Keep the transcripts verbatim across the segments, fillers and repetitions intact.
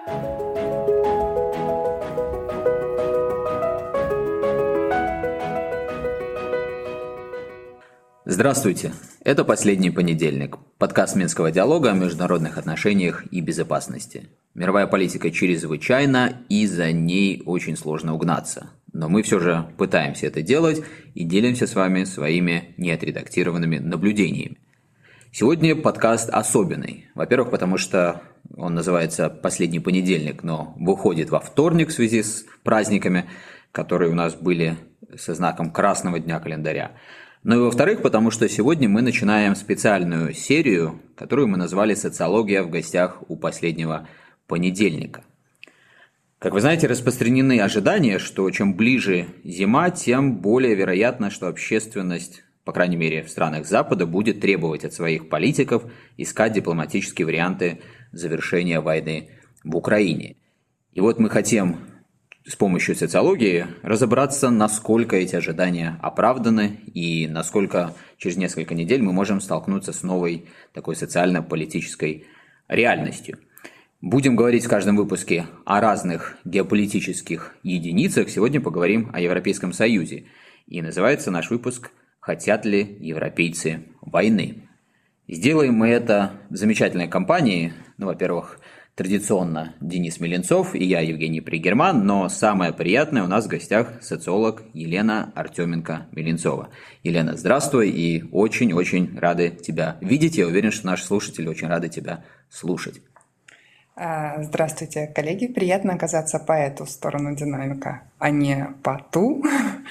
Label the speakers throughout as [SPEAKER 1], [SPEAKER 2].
[SPEAKER 1] Здравствуйте! Это «Последний понедельник» – подкаст Минского диалога о международных отношениях и безопасности. Мировая политика чрезвычайна, и за ней очень сложно угнаться. Но мы все же пытаемся это делать и делимся с вами своими неотредактированными наблюдениями. Сегодня подкаст особенный. Во-первых, потому что он называется «Последний понедельник», но выходит во вторник в связи с праздниками, которые у нас были со знаком красного дня календаря. Ну и во-вторых, потому что сегодня мы начинаем специальную серию, которую мы назвали «Социология в гостях у последнего понедельника». Как вы знаете, распространены ожидания, что чем ближе зима, тем более вероятно, что общественность, по крайней мере в странах Запада, будет требовать от своих политиков искать дипломатические варианты завершения войны в Украине. И вот мы хотим с помощью социологии разобраться, насколько эти ожидания оправданы и насколько через несколько недель мы можем столкнуться с новой такой социально-политической реальностью. Будем говорить в каждом выпуске о разных геополитических единицах. Сегодня поговорим о Европейском Союзе. И называется наш выпуск «Хотят ли европейцы войны?». Сделаем мы это в замечательной компании. Ну, во-первых, традиционно Денис Меленцов и я, Евгений Пригерман, но самое приятное, у нас в гостях социолог Елена Артеменко-Меленцова. Елена, здравствуй, и очень-очень рады тебя видеть. Я уверен, что наши слушатели очень рады тебя слушать.
[SPEAKER 2] Здравствуйте, коллеги. Приятно оказаться по эту сторону динамика, а не по ту.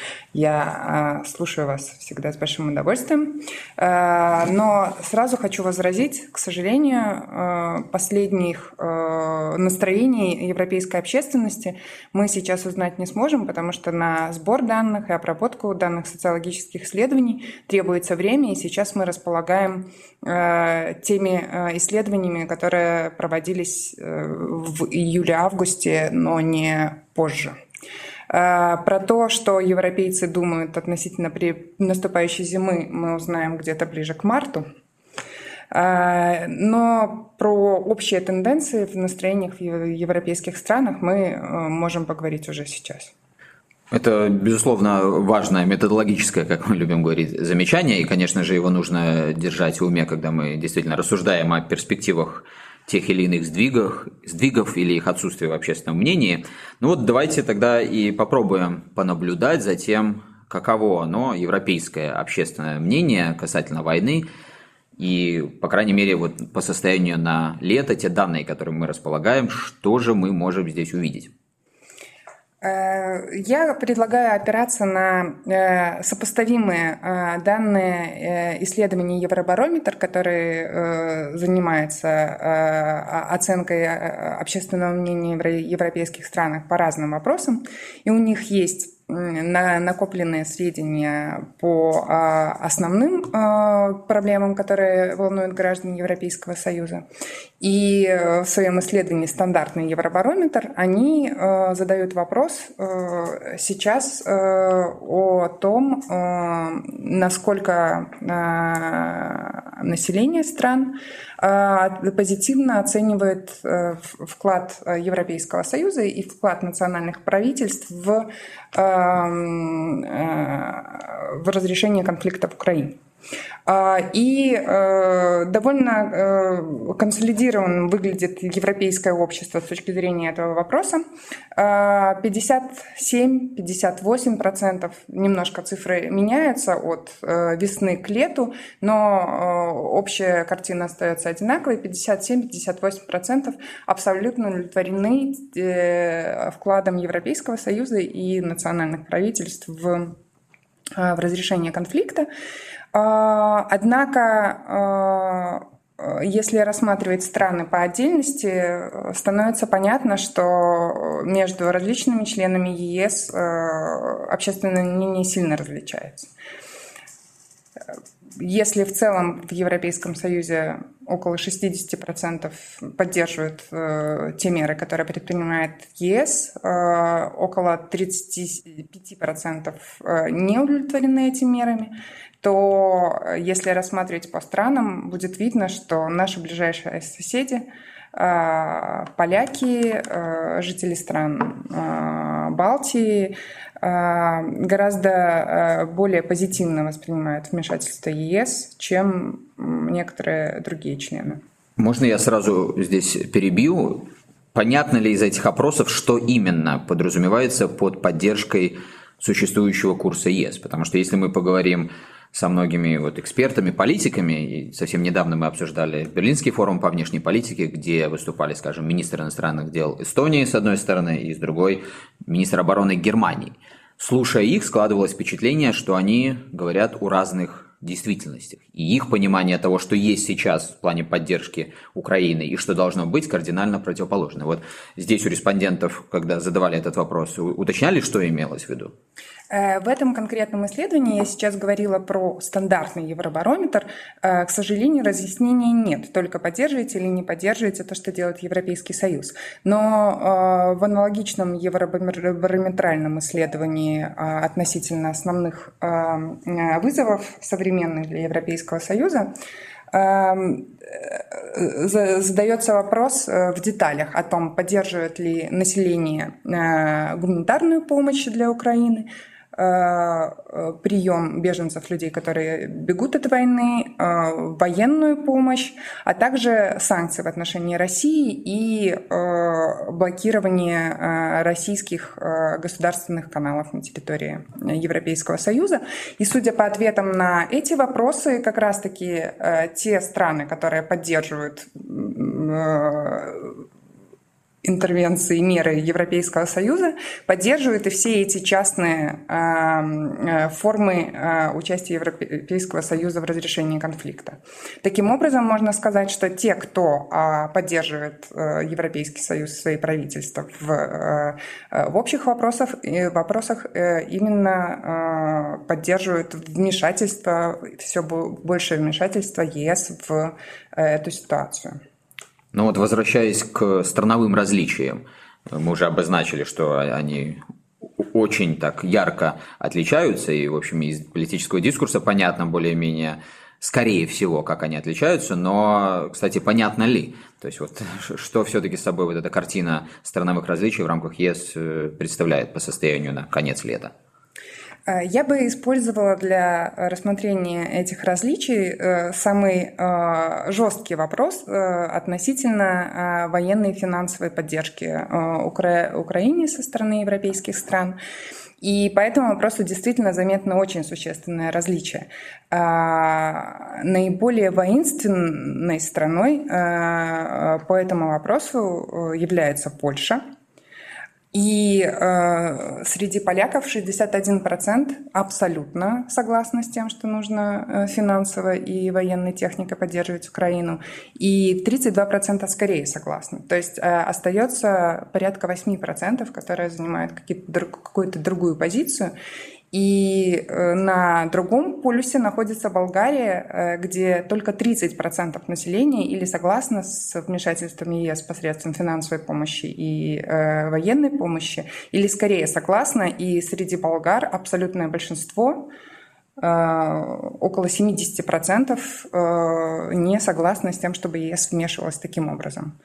[SPEAKER 2] Я слушаю вас всегда с большим удовольствием. Но сразу хочу возразить, к сожалению, последних настроений европейской общественности мы сейчас узнать не сможем, потому что на сбор данных и обработку данных социологических исследований требуется время, и сейчас мы располагаем теми исследованиями, которые проводились в июле-августе, но не позже. Про то, что европейцы думают относительно при наступающей зимы, мы узнаем где-то ближе к марту. Но про общие тенденции в настроениях в европейских странах мы можем поговорить уже сейчас.
[SPEAKER 1] Это, безусловно, важное методологическое, как мы любим говорить, замечание, и, конечно же, его нужно держать в уме, когда мы действительно рассуждаем о перспективах тех или иных сдвигах, сдвигов или их отсутствия в общественном мнении. Ну вот давайте тогда и попробуем понаблюдать за тем, каково оно, европейское общественное мнение касательно войны, и, по крайней мере, вот по состоянию на лето, те данные, которые мы располагаем, что же мы можем здесь увидеть.
[SPEAKER 2] Я предлагаю опираться на сопоставимые данные исследований Евробарометр, который занимается оценкой общественного мнения в европейских странах по разным вопросам. И у них есть накопленные сведения по основным проблемам, которые волнуют граждан Европейского Союза. И в своем исследовании «Стандартный Евробарометр» они задают вопрос сейчас о том, насколько население стран позитивно оценивает вклад Европейского Союза и вклад национальных правительств в, в разрешение конфликта в Украине. И довольно консолидированным выглядит европейское общество с точки зрения этого вопроса. пятьдесят семь - пятьдесят восемь процентов, немножко цифры меняются от весны к лету, но общая картина остается одинаковой. пятьдесят семь - пятьдесят восемь процентов абсолютно удовлетворены вкладом Европейского Союза и национальных правительств в, в разрешение конфликта. Однако, если рассматривать страны по отдельности, становится понятно, что между различными членами ЕС общественное мнение сильно различается. Если в целом в Европейском Союзе около шестьдесят процентов поддерживают э, те меры, которые предпринимает ЕС, э, около тридцать пять процентов э, не удовлетворены этими мерами, то если рассматривать по странам, будет видно, что наши ближайшие соседи поляки, жители стран Балтии гораздо более позитивно воспринимают вмешательство ЕС, чем некоторые другие члены.
[SPEAKER 1] Можно я сразу здесь перебью? Понятно ли из этих опросов, что именно подразумевается под поддержкой существующего курса ЕС? Потому что если мы поговорим со многими вот экспертами, политиками, и совсем недавно мы обсуждали Берлинский форум по внешней политике, где выступали, скажем, министр иностранных дел Эстонии с одной стороны и с другой министр обороны Германии. Слушая их, складывалось впечатление, что они говорят о разных действительностях. И их понимание того, что есть сейчас в плане поддержки Украины и что должно быть, кардинально противоположно. Вот здесь у респондентов, когда задавали этот вопрос, уточняли, что имелось в виду?
[SPEAKER 2] В этом конкретном исследовании я сейчас говорила про стандартный Евробарометр. К сожалению, разъяснений нет. Только поддерживаете или не поддерживаете то, что делает Европейский Союз. Но в аналогичном евробарометральном исследовании относительно основных вызовов современных для Европейского Союза задается вопрос в деталях о том, поддерживает ли население гуманитарную помощь для Украины, прием беженцев, людей, которые бегут от войны, военную помощь, а также санкции в отношении России и блокирование российских государственных каналов на территории Европейского Союза. И судя по ответам на эти вопросы, как раз-таки те страны, которые поддерживают интервенции и меры Европейского Союза, поддерживают и все эти частные э, формы э, участия Европейского Союза в разрешении конфликта. Таким образом, можно сказать, что те, кто э, поддерживает э, Европейский Союз, свои правительства в, э, в общих вопросах, э, вопросах э, именно э, поддерживают вмешательство, все большее вмешательство ЕС в э, эту ситуацию.
[SPEAKER 1] Ну вот, возвращаясь к страновым различиям, мы уже обозначили, что они очень так ярко отличаются, и, в общем, из политического дискурса понятно более-менее, скорее всего, как они отличаются, но, кстати, понятно ли? То есть, вот, что все-таки с собой вот эта картина страновых различий в рамках ЕС представляет по состоянию на конец лета?
[SPEAKER 2] Я бы использовала для рассмотрения этих различий самый жесткий вопрос относительно военной и финансовой поддержки Укра... Украине со стороны европейских стран. И по этому вопросу действительно заметно очень существенное различие. Наиболее воинственной страной по этому вопросу является Польша. И э, среди поляков шестьдесят один процент абсолютно согласны с тем, что нужно финансово и военной техникой поддерживать Украину, и тридцать два процента скорее согласны. То есть э, остается порядка восемь процентов, которые занимают какую-то другую позицию. И на другом полюсе находится Болгария, где только тридцать процентов населения или согласно с вмешательством ЕС посредством финансовой помощи и э, военной помощи, или скорее согласно, и среди болгар абсолютное большинство, э, около семьдесят процентов, э, не согласны с тем, чтобы ЕС вмешивалась таким образом.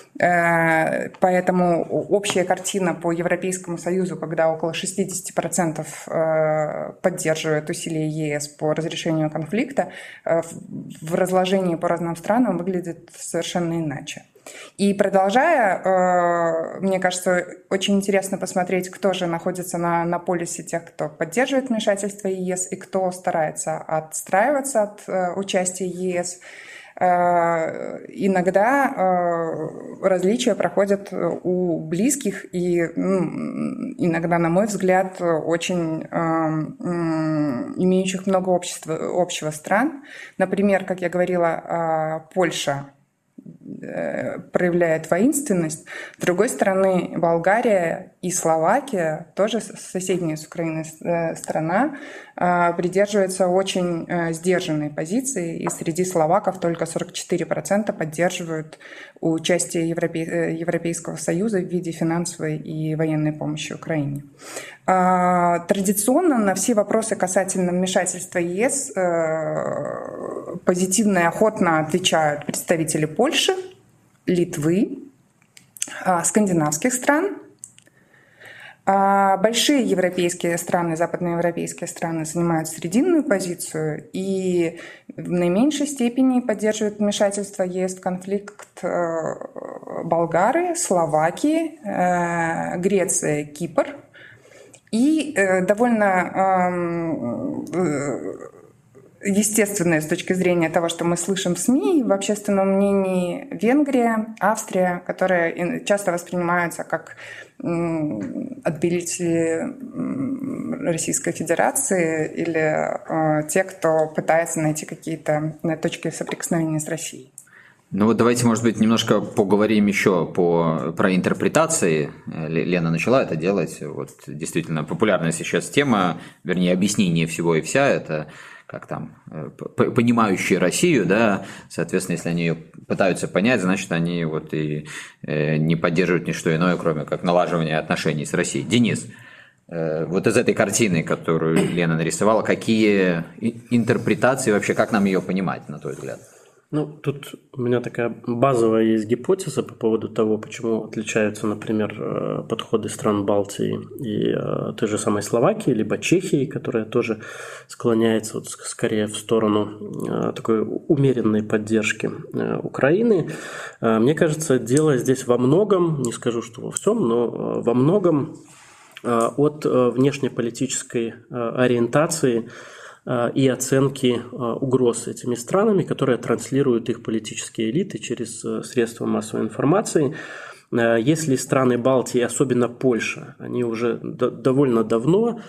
[SPEAKER 2] Поэтому общая картина по Европейскому Союзу, когда около шестьдесят процентов поддерживают усилия ЕС по разрешению конфликта, в разложении по разным странам выглядит совершенно иначе. И продолжая, мне кажется, очень интересно посмотреть, кто же находится на, на полюсе тех, кто поддерживает вмешательство ЕС и кто старается отстраиваться от участия ЕС. Иногда различия проходят у близких и, ну, иногда, на мой взгляд, очень имеющих много общества, общего стран. Например, как я говорила, Польша проявляет воинственность. С другой стороны, Болгария и Словакия, тоже соседняя с Украиной страна, придерживается очень сдержанной позиции, и среди словаков только сорок четыре процента поддерживают участие Европе... Европейского Союза в виде финансовой и военной помощи Украине. Традиционно на все вопросы касательно вмешательства ЕС позитивно и охотно отвечают представители Польши, Литвы, скандинавских стран. Большие европейские страны, западноевропейские страны занимают срединную позицию и в наименьшей степени поддерживают вмешательство ЕС в конфликт болгары, Словакии, Греция, Кипр. И довольно естественное с точки зрения того, что мы слышим в СМИ, в общественном мнении, Венгрия, Австрия, которые часто воспринимаются как отбелители Российской Федерации или те, кто пытается найти какие-то точки соприкосновения с Россией.
[SPEAKER 1] Ну вот давайте, может быть, немножко поговорим еще по, про интерпретации. Лена начала это делать. Вот действительно популярная сейчас тема, вернее, объяснение всего и вся, это как там, понимающие Россию, да, соответственно, если они ее пытаются понять, значит, они вот и не поддерживают ничто иное, кроме как налаживания отношений с Россией. Денис, вот из этой картины, которую Лена нарисовала, какие интерпретации вообще, как нам ее понимать, на твой взгляд?
[SPEAKER 3] Ну, тут у меня такая базовая есть гипотеза по поводу того, почему отличаются, например, подходы стран Балтии и той же самой Словакии, либо Чехии, которая тоже склоняется вот скорее в сторону такой умеренной поддержки Украины. Мне кажется, дело здесь во многом, не скажу, что во всем, но во многом от внешнеполитической ориентации и оценки угроз этими странами, которые транслируют их политические элиты через средства массовой информации. Если страны Балтии, особенно Польша, они уже довольно давно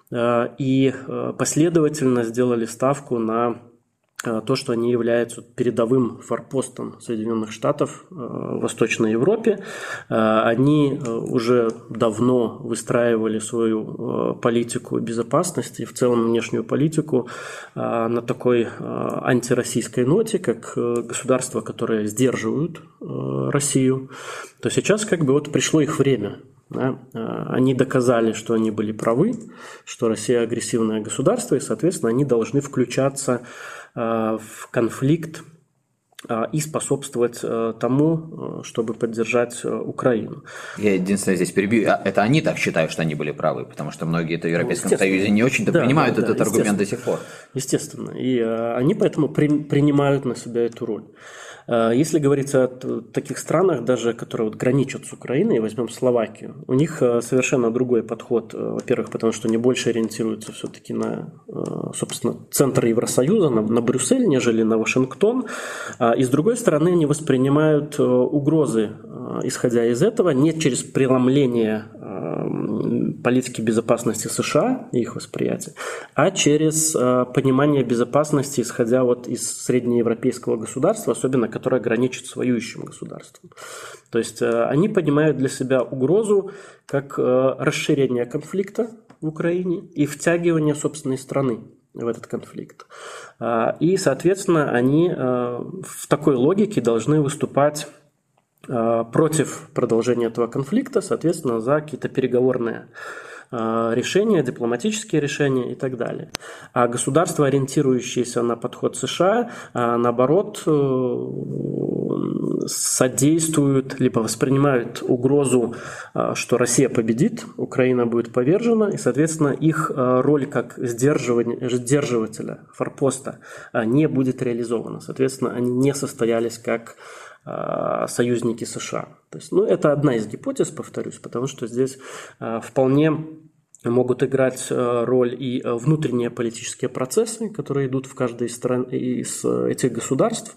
[SPEAKER 3] и последовательно сделали ставку на то, что они являются передовым форпостом Соединенных Штатов в Восточной Европе. Они уже давно выстраивали свою политику безопасности и в целом внешнюю политику на такой антироссийской ноте, как государства, которые сдерживают Россию. То сейчас как бы вот пришло их время. Да? Они доказали, что они были правы, что Россия агрессивное государство, и, соответственно, они должны включаться в конфликт и способствовать тому, чтобы поддержать Украину.
[SPEAKER 1] Я единственное здесь перебью. Это они так считают, что они были правы, потому что многие в Европейском Союзе не очень-то да, принимают да, этот да, аргумент до сих пор.
[SPEAKER 3] Естественно. И они поэтому при, принимают на себя эту роль. Если говорить о таких странах, даже которые вот граничат с Украиной, возьмем Словакию, у них совершенно другой подход. Во-первых, потому что они больше ориентируются все-таки на, собственно, центр Евросоюза, на, на Брюссель, нежели на Вашингтон. И с другой стороны, они воспринимают угрозы, исходя из этого, не через преломление политики безопасности США и их восприятия, а через понимание безопасности, исходя вот из среднеевропейского государства, особенно которое граничит с воюющим государством. То есть они понимают для себя угрозу как расширение конфликта в Украине и втягивание собственной страны в этот конфликт. И, соответственно, они в такой логике должны выступать против продолжения этого конфликта, соответственно, за какие-то переговорные решения, дипломатические решения и так далее. А государства, ориентирующиеся на подход США, наоборот, содействуют, либо воспринимают угрозу, что Россия победит, Украина будет повержена, и, соответственно, их роль как сдерживателя, форпоста не будет реализована. Соответственно, они не состоялись как союзники США. То есть, ну, это одна из гипотез, повторюсь, потому что здесь вполне могут играть роль и внутренние политические процессы, которые идут в каждой из, стран, из этих государств.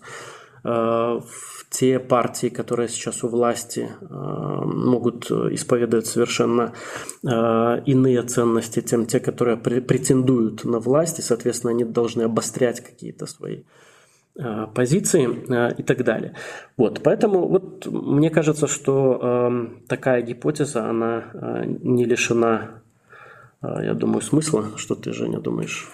[SPEAKER 3] Те партии, которые сейчас у власти, могут исповедовать совершенно иные ценности, чем те, которые претендуют на власть, и, соответственно, они должны обострять какие-то свои позиции и так далее. Вот, поэтому вот мне кажется, что э, такая гипотеза, она э, не лишена я думаю, смысла. Что ты, Женя, думаешь?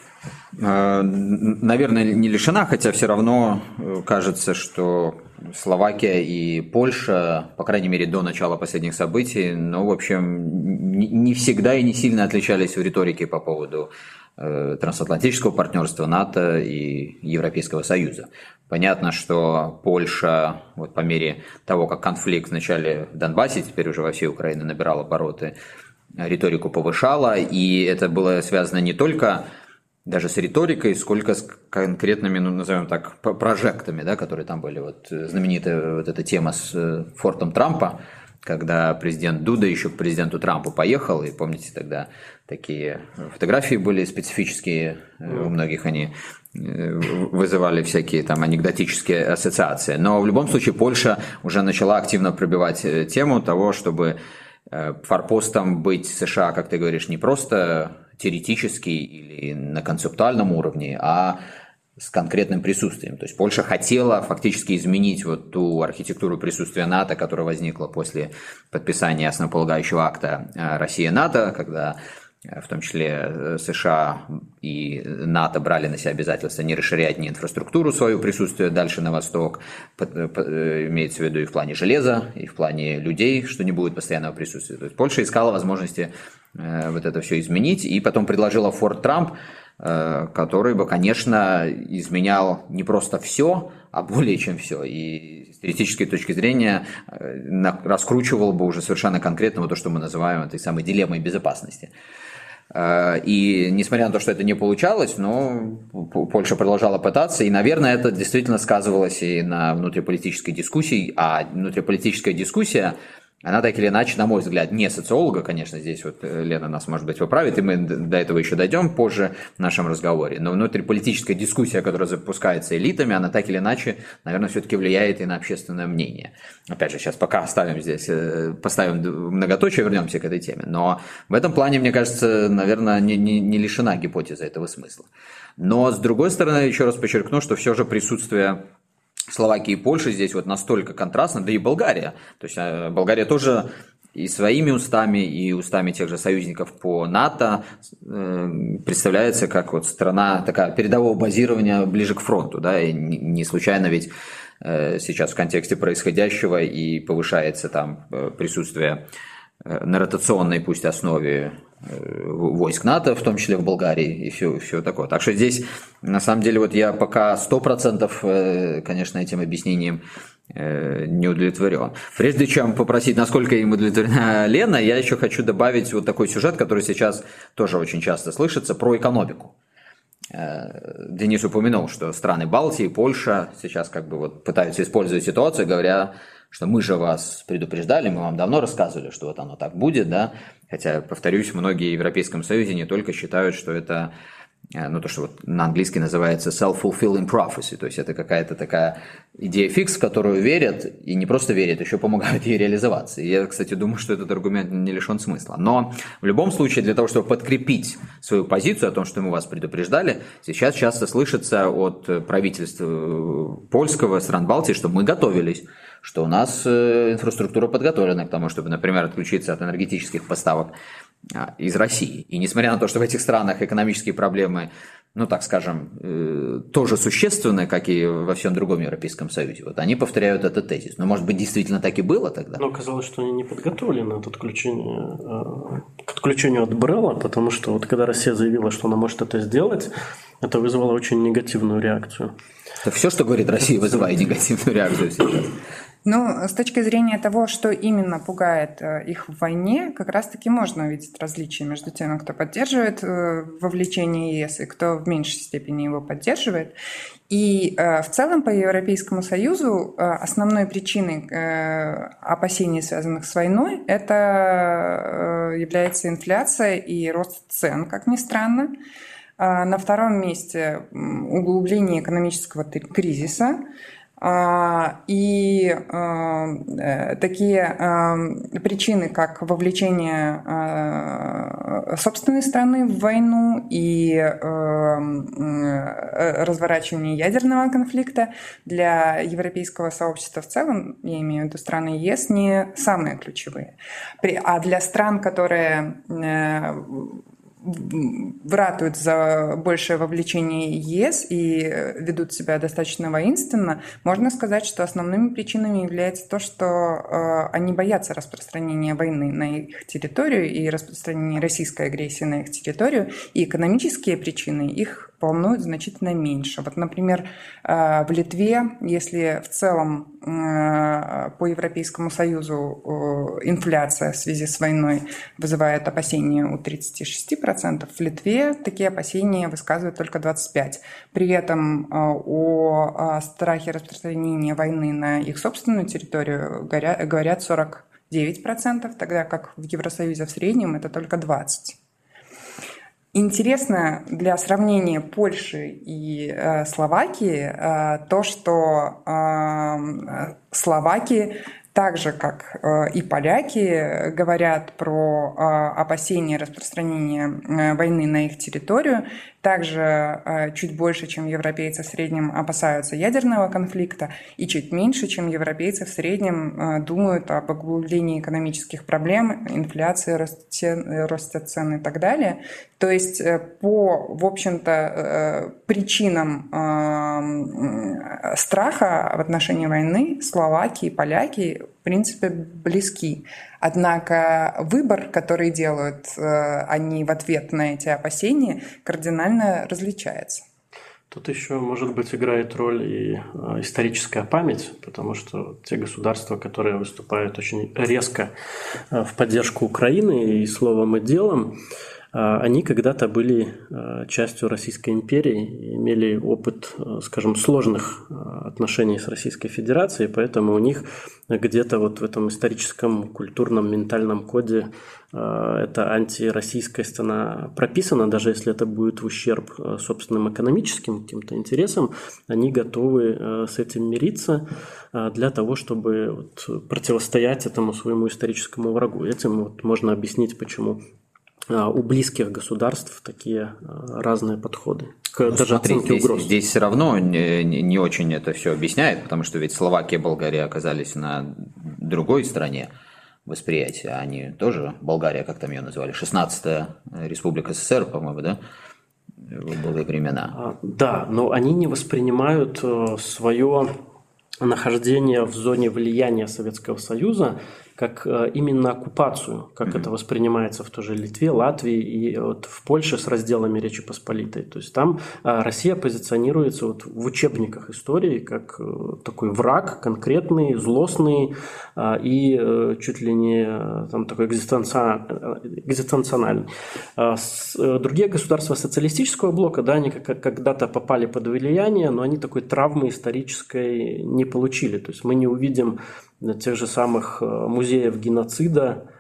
[SPEAKER 1] Наверное, не лишена, хотя все равно кажется, что Словакия и Польша, по крайней мере, до начала последних событий, ну, в общем, не всегда и не сильно отличались в риторике по поводу трансатлантического партнерства, НАТО и Европейского Союза. Понятно, что Польша, вот по мере того, как конфликт вначале в Донбассе, теперь уже во всей Украине набирал обороты, риторику повышала, и это было связано не только даже с риторикой, сколько с конкретными, ну, назовем так, прожектами, да, которые там были. Вот знаменитая вот эта тема с фортом Трампа, когда президент Дуда еще к президенту Трампу поехал, и помните, тогда такие фотографии были специфические, у многих они вызывали всякие там анекдотические ассоциации. Но в любом случае Польша уже начала активно пробивать тему того, чтобы форпостом быть США, как ты говоришь, не просто теоретически или на концептуальном уровне, а с конкретным присутствием. То есть Польша хотела фактически изменить вот ту архитектуру присутствия НАТО, которая возникла после подписания основополагающего акта Россия-НАТО, когда в том числе США и НАТО брали на себя обязательство не расширять ни инфраструктуру свою присутствие дальше на восток, имеется в виду и в плане железа, и в плане людей, что не будет постоянного присутствия. То есть Польша искала возможности вот это все изменить, и потом предложила Форт Трамп, который бы, конечно, изменял не просто все, а более чем все. И с теоретической точки зрения раскручивал бы уже совершенно конкретно вот то, что мы называем этой самой дилеммой безопасности. И несмотря на то, что это не получалось, но Польша продолжала пытаться, и, наверное, это действительно сказывалось и на внутриполитической дискуссии, а внутриполитическая дискуссия, она так или иначе, на мой взгляд, не социолога, конечно, здесь вот Лена нас, может быть, поправит, и мы до этого еще дойдем позже в нашем разговоре, но внутриполитическая дискуссия, которая запускается элитами, она так или иначе, наверное, все-таки влияет и на общественное мнение. Опять же, сейчас пока оставим здесь, поставим многоточие, вернемся к этой теме, но в этом плане, мне кажется, наверное, не, не, не лишена гипотеза этого смысла. Но, с другой стороны, еще раз подчеркну, что все же присутствие Словакии и Польши здесь вот настолько контрастно, да и Болгария. То есть Болгария тоже и своими устами, и устами тех же союзников по НАТО представляется как вот страна такая передового базирования ближе к фронту. Да? И не случайно ведь сейчас в контексте происходящего и повышается там присутствие на ротационной, пусть основе, войск НАТО, в том числе в Болгарии, и все, все такое. Так что здесь, на самом деле, вот я пока сто процентов, конечно, этим объяснением не удовлетворен. Прежде чем попросить, насколько им удовлетворена Лена, я еще хочу добавить вот такой сюжет, который сейчас тоже очень часто слышится, про экономику. Денис упомянул, что страны Балтии, Польша сейчас как бы вот пытаются использовать ситуацию, говоря, что мы же вас предупреждали, мы вам давно рассказывали, что вот оно так будет, да, хотя, повторюсь, многие в Европейском Союзе не только считают, что это, ну, то, что вот на английский называется self-fulfilling prophecy, то есть это какая-то такая идея фикс, в которую верят, и не просто верят, еще помогают ей реализоваться. И я, кстати, думаю, что этот аргумент не лишен смысла. Но в любом случае, для того, чтобы подкрепить свою позицию о том, что мы вас предупреждали, сейчас часто слышится от правительства польского, стран Балтии, что мы готовились, что у нас инфраструктура подготовлена к тому, чтобы, например, отключиться от энергетических поставок из России. И несмотря на то, что в этих странах экономические проблемы, ну так скажем, тоже существенны, как и во всем другом Европейском Союзе, вот они повторяют этот тезис. Но, может быть, действительно так и было тогда?
[SPEAKER 3] Но оказалось, что они не подготовлены от отключения, к отключению от БРЭЛа, потому что вот когда Россия заявила, что она может это сделать, это вызвало очень негативную реакцию.
[SPEAKER 1] Это все, что говорит Россия, вызывает негативную реакцию сейчас.
[SPEAKER 2] Ну, с точки зрения того, что именно пугает их в войне, как раз-таки можно увидеть различия между теми, кто поддерживает вовлечение ЕС и кто в меньшей степени его поддерживает. И в целом по Европейскому Союзу основной причиной опасений, связанных с войной, это является инфляция и рост цен, как ни странно. На втором месте углубление экономического кризиса. И такие причины, как вовлечение собственной страны в войну и разворачивание ядерного конфликта для европейского сообщества в целом, я имею в виду страны ЕС, не самые ключевые. А для стран, которые ратуют за большее вовлечение ЕС и ведут себя достаточно воинственно, можно сказать, что основными причинами является то, что они боятся распространения войны на их территорию и распространения российской агрессии на их территорию, и экономические причины их волнуют значительно меньше. Вот, например, в Литве, если в целом по Европейскому Союзу инфляция в связи с войной вызывает опасения у тридцати шести процентов, в Литве такие опасения высказывают только двадцать пять процентов. При этом о страхе распространения войны на их собственную территорию говорят сорок девять процентов, тогда как в Евросоюзе в среднем это только двадцать процентов. Интересно для сравнения Польши и э, Словакии э, то, что э, словаки, так же как э, и поляки, говорят про э, опасения распространения э, войны на их территорию. Также э, чуть больше, чем европейцы в среднем, опасаются ядерного конфликта, и чуть меньше, чем европейцы в среднем, э, думают об углублении экономических проблем, инфляции, росте, росте цен и так далее. То есть э, по, в общем-то, э, причинам э, страха в отношении войны словаки и поляки в принципе близки. Однако выбор, который делают э, они в ответ на эти опасения, кардинально различается.
[SPEAKER 3] Тут еще, может быть, играет роль и э, историческая память, потому что те государства, которые выступают очень резко э, в поддержку Украины и словом и делом, они когда-то были частью Российской империи, имели опыт, скажем, сложных отношений с Российской Федерацией, поэтому у них где-то вот в этом историческом, культурном, ментальном коде эта антироссийскость, она прописана, даже если это будет в ущерб собственным экономическим каким-то интересам, они готовы с этим мириться для того, чтобы вот противостоять этому своему историческому врагу. Этим вот можно объяснить, почему у близких государств такие разные подходы к
[SPEAKER 1] ну,
[SPEAKER 3] даже
[SPEAKER 1] смотри,
[SPEAKER 3] оценке
[SPEAKER 1] здесь,
[SPEAKER 3] угроз.
[SPEAKER 1] Здесь все равно не, не очень это все объясняет, потому что ведь Словакия и Болгария оказались на другой стороне восприятия. Они тоже, Болгария, как там ее называли, шестнадцатая республика СССР, по-моему, да? Были времена.
[SPEAKER 3] Да, но они не воспринимают свое нахождение в зоне влияния Советского Союза как именно оккупацию, как mm-hmm. это воспринимается в той же Литве, Латвии и вот в Польше с разделами Речи Посполитой. То есть там Россия позиционируется вот в учебниках истории как такой враг конкретный, злостный и чуть ли не там, такой экзистенциональный. Другие государства социалистического блока, да, они когда-то попали под влияние, но они такой травмы исторической не получили. То есть мы не увидим тех же самых музеев геноцида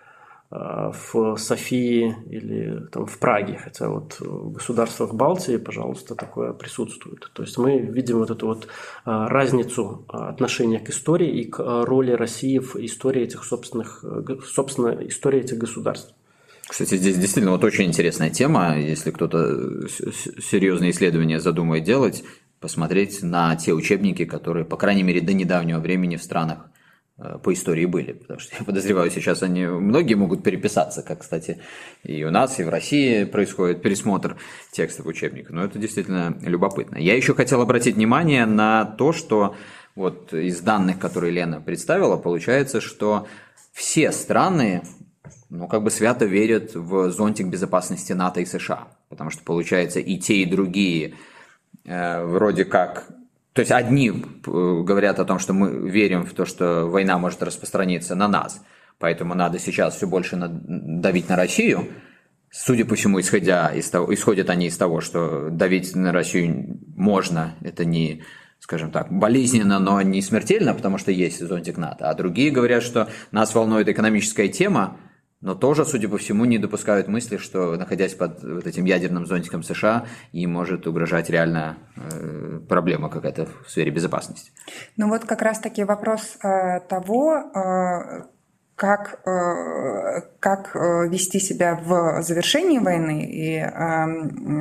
[SPEAKER 3] в Софии или там, в Праге, хотя вот в государствах Балтии, пожалуйста, такое присутствует. То есть мы видим вот эту вот разницу отношения к истории и к роли России в истории этих собственных, собственно, истории этих государств.
[SPEAKER 1] Кстати, здесь действительно вот очень интересная тема, если кто-то серьезные исследования задумает делать, посмотреть на те учебники, которые, по крайней мере, до недавнего времени в странах по истории были, потому что я подозреваю, сейчас они многие могут переписаться, как, кстати, и у нас, и в России происходит пересмотр текстов учебников, но это действительно любопытно. Я еще хотел обратить внимание на то, что вот из данных, которые Лена представила, получается, что все страны, ну, как бы свято верят в зонтик безопасности НАТО и США, потому что, получается, и те, и другие э, вроде как... То есть одни говорят о том, что мы верим в то, что война может распространиться на нас, поэтому надо сейчас все больше давить на Россию. Судя по всему, исходя из того, исходят они из того, что давить на Россию можно, это не, скажем так, болезненно, но не смертельно, потому что есть зонтик НАТО. А другие говорят, что нас волнует экономическая тема, но тоже, судя по всему, не допускают мысли, что, находясь под вот этим ядерным зонтиком США, им может угрожать реально э, проблема какая-то в сфере безопасности.
[SPEAKER 2] Ну вот как раз-таки вопрос э, того, э, как, э, как вести себя в завершении войны и э,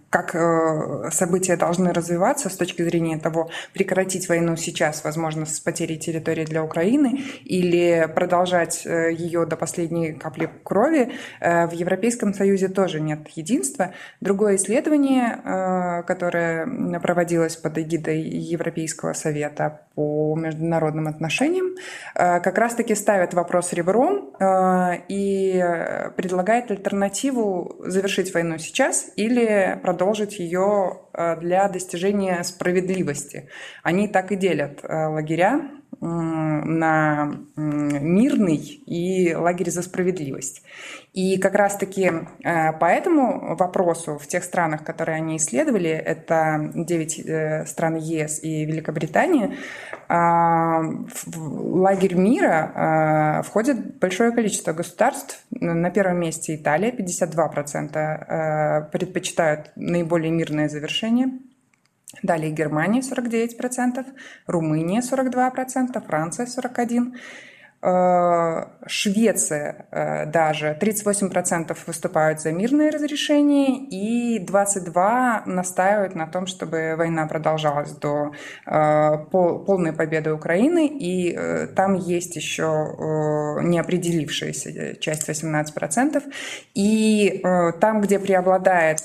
[SPEAKER 2] как события должны развиваться с точки зрения того, прекратить войну сейчас, возможно, с потерей территории для Украины, или продолжать ее до последней капли крови, в Европейском Союзе тоже нет единства. Другое исследование, которое проводилось под эгидой Европейского совета по международным отношениям, как раз-таки ставит вопрос ребром и предлагает альтернативу завершить войну сейчас или продолжить ее для достижения справедливости. Они так и делят лагеря на мирный и лагерь за справедливость. И как раз-таки по этому вопросу в тех странах, которые они исследовали, это девять стран ЕС и Великобритания, в лагерь мира входит большое количество государств. На первом месте Италия, пятьдесят два процента предпочитают наиболее мирное завершение. Далее Германия сорок девять процентов, Румыния сорок два процента, Франция сорок один процент. Швеция даже тридцать восемь процентов выступают за мирное разрешение и двадцать два процента настаивают на том, чтобы война продолжалась до полной победы Украины. И там есть еще неопределившаяся часть восемнадцать процентов. И там, где преобладает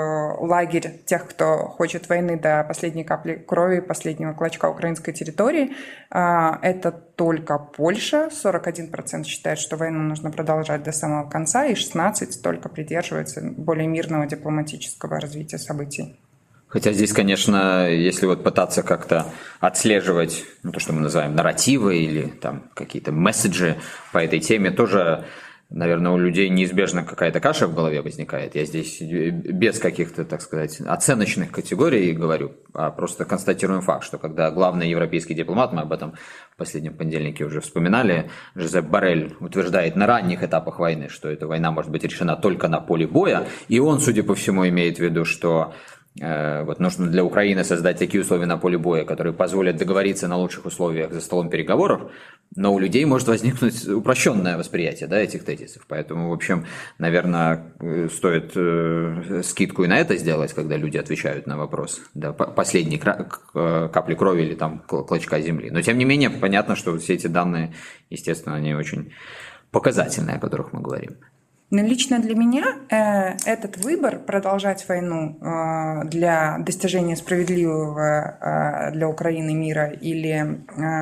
[SPEAKER 2] лагерь тех, кто хочет войны до последней капли крови, последнего клочка украинской территории, это только Польша. сорок один процент считает, что войну нужно продолжать до самого конца, и шестнадцать процентов только придерживаются более мирного дипломатического развития событий.
[SPEAKER 1] Хотя здесь, конечно, если вот пытаться как-то отслеживать ну, то, что мы называем нарративы или там какие-то месседжи по этой теме, тоже, наверное, у людей неизбежно какая-то каша в голове возникает. Я здесь без каких-то, так сказать, оценочных категорий говорю, а просто констатируем факт, что когда главный европейский дипломат, мы об этом в последнем понедельнике уже вспоминали, Жозеп Боррель утверждает на ранних этапах войны, что эта война может быть решена только на поле боя, и он, судя по всему, имеет в виду, что э, вот нужно для Украины создать такие условия на поле боя, которые позволят договориться на лучших условиях за столом переговоров, но у людей может возникнуть упрощенное восприятие, да, этих тезисов. Поэтому, в общем, наверное, стоит э, скидку и на это сделать, когда люди отвечают на вопрос, да, последней капли крови или там клочка земли. Но, тем не менее, понятно, что все эти данные, естественно, они очень показательные, о которых мы говорим.
[SPEAKER 2] Но лично для меня э, этот выбор продолжать войну э, для достижения справедливого э, для Украины мира или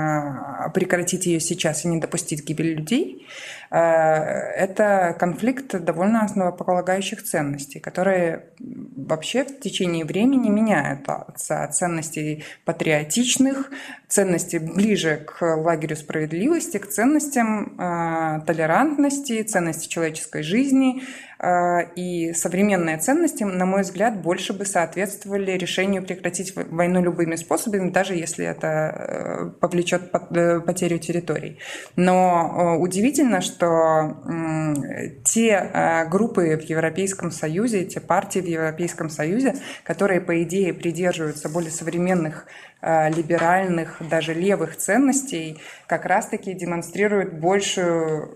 [SPEAKER 2] э, прекратить ее сейчас и не допустить гибели людей, э, это конфликт довольно основополагающих ценностей, которые вообще в течение времени меняются от ценностей патриотичных, ценностей ближе к лагерю справедливости, к ценностям э, толерантности, ценности человеческой жизни. жизни, и современные ценности, на мой взгляд, больше бы соответствовали решению прекратить войну любыми способами, даже если это повлечет потерю территорий. Но удивительно, что те группы в Европейском Союзе, те партии в Европейском Союзе, которые, по идее, придерживаются более современных либеральных, даже левых ценностей, как раз-таки демонстрируют большую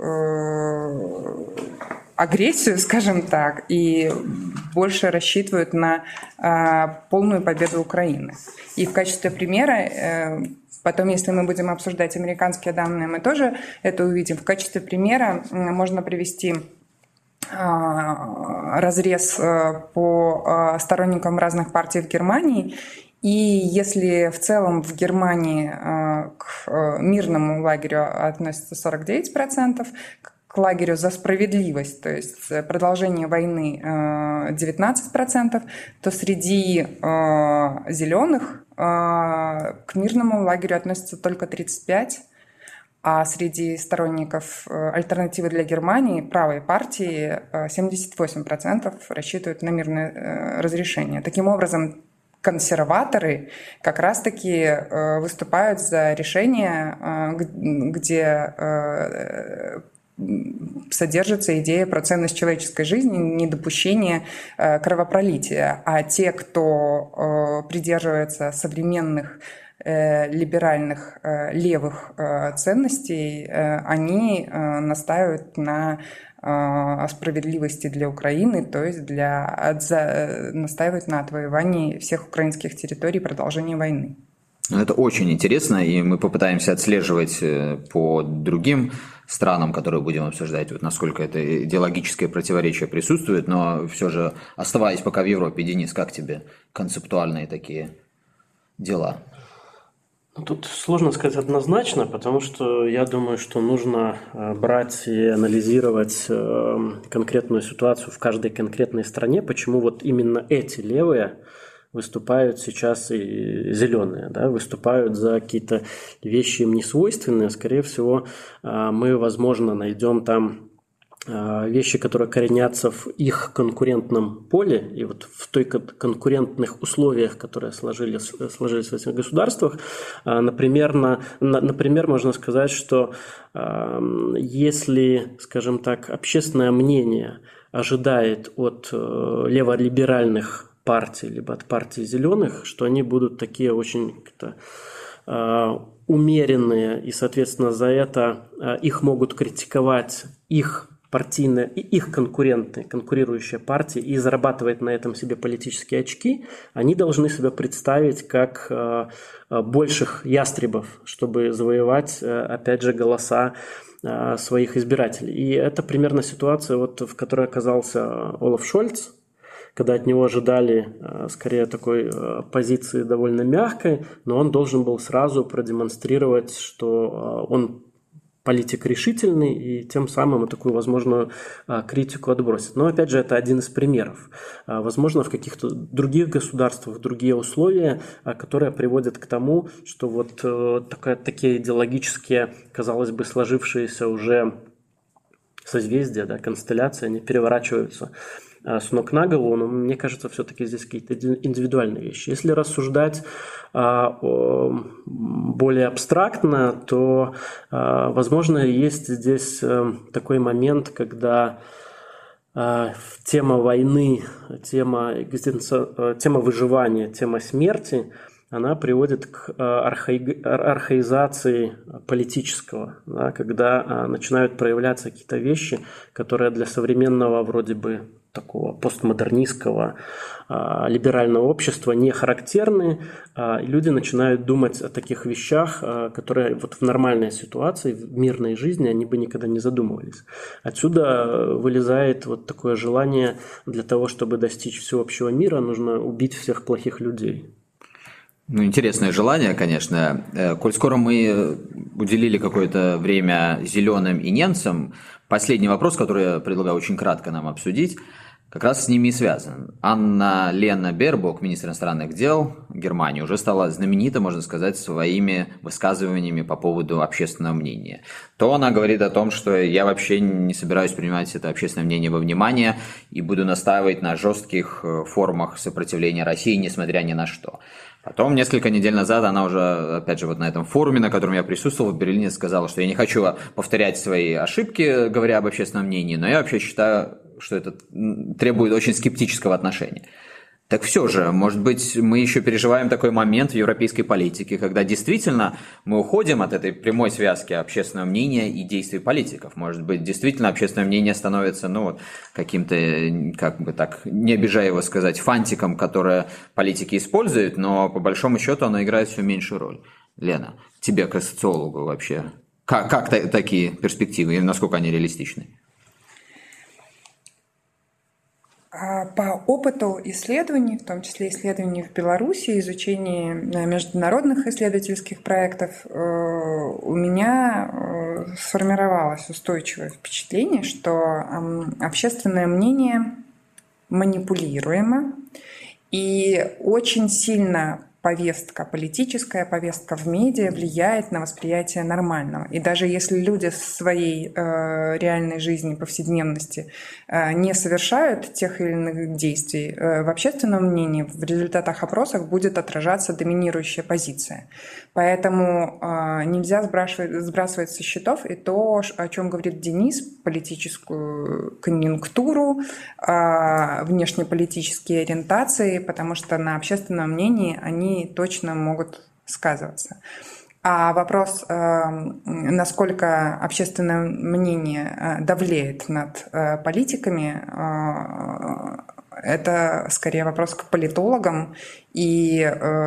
[SPEAKER 2] агрессию, скажем так, и больше рассчитывают на полную победу Украины. И в качестве примера, потом, если мы будем обсуждать американские данные, мы тоже это увидим. В качестве примера можно привести разрез по сторонникам разных партий в Германии. И если в целом в Германии к мирному лагерю относится сорок девять процентов, к лагерю за справедливость, то есть продолжение войны девятнадцать процентов, то среди зеленых к мирному лагерю относится только тридцать пять процентов, а среди сторонников альтернативы для Германии, правой партии, семьдесят восемь процентов рассчитывают на мирное разрешение. Таким образом, консерваторы как раз-таки выступают за решение, где содержится идея про ценность человеческой жизни, недопущение кровопролития. А те, кто придерживается современных либеральных левых ценностей, они настаивают на справедливости для Украины, то есть для, настаивают на отвоевании всех украинских территорий и продолжении войны.
[SPEAKER 1] Это очень интересно, и мы попытаемся отслеживать по другим странам, которые будем обсуждать, вот насколько это идеологическое противоречие присутствует, но все же, оставаясь пока в Европе, Денис, как тебе концептуальные такие дела?
[SPEAKER 3] Ну, тут сложно сказать однозначно, потому что я думаю, что нужно брать и анализировать конкретную ситуацию в каждой конкретной стране, почему вот именно эти левые выступают сейчас и зеленые, да, выступают за какие-то вещи им не свойственные. Скорее всего, мы, возможно, найдем там вещи, которые коренятся в их конкурентном поле и вот в той конкурентных условиях, которые сложились, сложились в этих государствах. Например, на, например, можно сказать, что если, скажем так, общественное мнение ожидает от левориберальных партий, либо от партии зеленых, что они будут такие очень как-то э, умеренные, и, соответственно, за это э, их могут критиковать их партийные, и их конкуренты, конкурирующие партии, и зарабатывать на этом себе политические очки, они должны себя представить как э, больших ястребов, чтобы завоевать, э, опять же, голоса э, своих избирателей. И это примерно ситуация, вот, в которой оказался Олаф Шольц, когда от него ожидали скорее такой позиции довольно мягкой, но он должен был сразу продемонстрировать, что он политик решительный и тем самым такую возможную критику отбросит. Но опять же, это один из примеров. Возможно, в каких-то других государствах другие условия, которые приводят к тому, что вот такая, такие идеологические, казалось бы, сложившиеся уже созвездия, да, констелляции, они переворачиваются с ног на голову, но мне кажется, все-таки здесь какие-то индивидуальные вещи. Если рассуждать а, о, более абстрактно, то, а, возможно, есть здесь а, такой момент, когда а, тема войны, тема, экзистенци... тема выживания, тема смерти, она приводит к архаи... архаизации политического, да, когда начинают проявляться какие-то вещи, которые для современного вроде бы такого постмодернистского а, либерального общества не характерны, а, и люди начинают думать о таких вещах, а, которые вот в нормальной ситуации, в мирной жизни они бы никогда не задумывались. Отсюда вылезает вот такое желание для того, чтобы достичь всеобщего мира, нужно убить всех плохих людей.
[SPEAKER 1] Ну, интересное желание, конечно. Коль скоро мы уделили какое-то время зеленым и немцам, последний вопрос, который я предлагаю очень кратко нам обсудить, как раз с ними и связан. Анна-Лена Бербок, министр иностранных дел Германии, уже стала знаменита, можно сказать, своими высказываниями по поводу общественного мнения. То она говорит о том, что я вообще не собираюсь принимать это общественное мнение во внимание и буду настаивать на жестких формах сопротивления России, несмотря ни на что. Потом, несколько недель назад, она уже, опять же, вот на этом форуме, на котором я присутствовал в Берлине, сказала, что я не хочу повторять свои ошибки, говоря об общественном мнении, но я вообще считаю, что это требует очень скептического отношения. Так все же, может быть, мы еще переживаем такой момент в европейской политике, когда действительно мы уходим от этой прямой связки общественного мнения и действий политиков. Может быть, действительно общественное мнение становится, ну, вот, каким-то, как бы так, не обижая его сказать, фантиком, которое политики используют, но по большому счету оно играет все меньшую роль. Лена, тебе, как социологу, вообще, как, как такие перспективы и насколько они реалистичны?
[SPEAKER 2] По опыту исследований, в том числе исследований в Беларуси, изучении международных исследовательских проектов, у меня сформировалось устойчивое впечатление, что общественное мнение манипулируемо и очень сильно повестка, политическая повестка в медиа влияет на восприятие нормального. И даже если люди в своей э, реальной жизни, повседневности э, не совершают тех или иных действий, э, в общественном мнении в результатах опросов будет отражаться доминирующая позиция. Поэтому э, нельзя сбрасывать, сбрасывать со счетов и то, о чем говорит Денис, политическую конъюнктуру, э, внешнеполитические ориентации, потому что на общественном мнении они точно могут сказываться. А вопрос, насколько общественное мнение давлеет над политиками, это скорее вопрос к политологам, и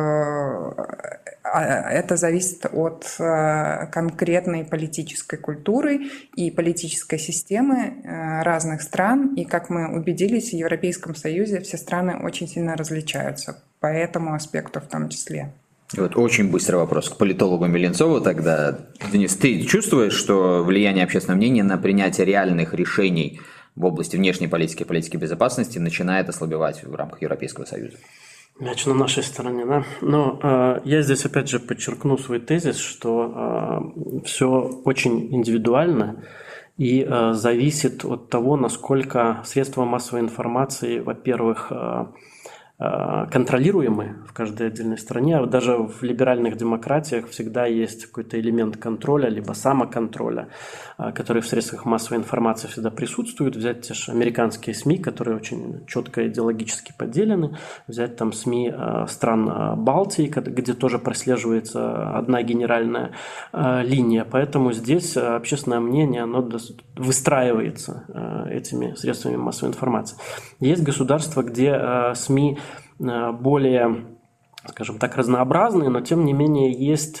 [SPEAKER 2] это зависит от конкретной политической культуры и политической системы разных стран. И, как мы убедились, в Европейском Союзе все страны очень сильно различаются по этому аспекту в том числе.
[SPEAKER 1] И вот очень быстрый вопрос к политологу Меленцову тогда. Денис, ты чувствуешь, что влияние общественного мнения на принятие реальных решений в области внешней политики и политики безопасности начинает ослабевать в рамках Европейского Союза?
[SPEAKER 3] Мяч на нашей стороне, да. Но э, я здесь опять же подчеркну свой тезис, что э, все очень индивидуально и э, зависит от того, насколько средства массовой информации, во-первых, э, контролируемы в каждой отдельной стране. Даже в либеральных демократиях всегда есть какой-то элемент контроля, либо самоконтроля, который в средствах массовой информации всегда присутствует. Взять те же американские СМИ, которые очень четко идеологически поделены. Взять там СМИ стран Балтии, где тоже прослеживается одна генеральная линия. Поэтому здесь общественное мнение, оно выстраивается этими средствами массовой информации. Есть государства, где СМИ более, скажем так, разнообразные, но тем не менее есть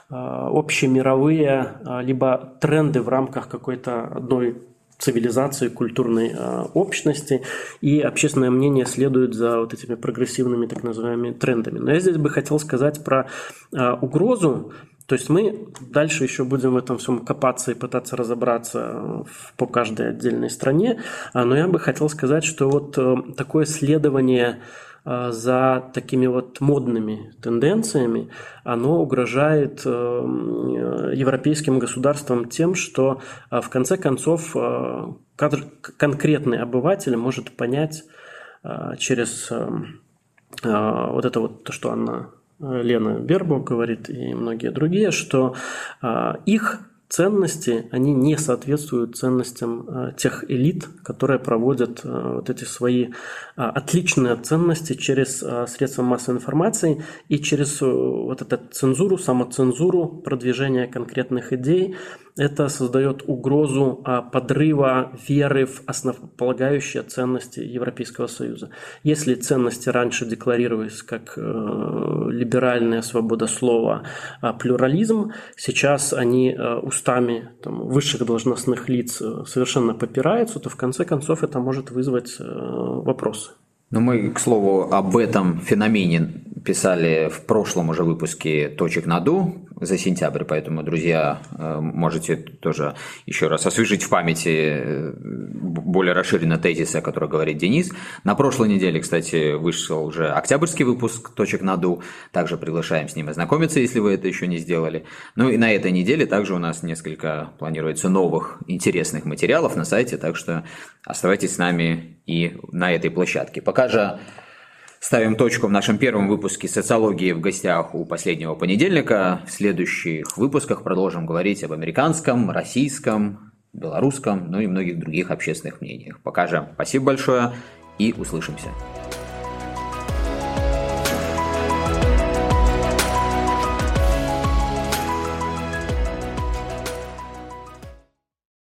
[SPEAKER 3] общемировые либо тренды в рамках какой-то одной цивилизации, культурной общности, и общественное мнение следует за вот этими прогрессивными так называемыми трендами. Но я здесь бы хотел сказать про угрозу. То есть мы дальше еще будем в этом всем копаться и пытаться разобраться по каждой отдельной стране, но я бы хотел сказать, что вот такое следование за такими вот модными тенденциями, оно угрожает европейским государствам тем, что в конце концов конкретный обыватель может понять через вот это вот, то, что Анна Лена Бербок говорит и многие другие, что их ценности, они не соответствуют ценностям тех элит, которые проводят вот эти свои отличные ценности через средства массовой информации и через вот эту цензуру, самоцензуру, продвижение конкретных идей. Это создает угрозу подрыва веры в основополагающие ценности Европейского Союза. Если ценности раньше декларировались как либеральная свобода слова, плюрализм, сейчас они устами там, высших должностных лиц совершенно попираются, то в конце концов это может вызвать вопросы.
[SPEAKER 1] Ну, мы, к слову, об этом феномене писали в прошлом уже выпуске «Точек над «у» за сентябрь, поэтому, друзья, можете тоже еще раз освежить в памяти более расширенно тезисы, о которых говорит Денис. На прошлой неделе, кстати, вышел уже октябрьский выпуск «Точек над «у», также приглашаем с ним ознакомиться, если вы это еще не сделали. Ну и на этой неделе также у нас несколько планируется новых интересных материалов на сайте, так что оставайтесь с нами и на этой площадке. Пока же ставим точку в нашем первом выпуске «Социологии» в гостях у последнего понедельника. В следующих выпусках продолжим говорить об американском, российском, белорусском, ну и многих других общественных мнениях. Пока же спасибо большое и услышимся.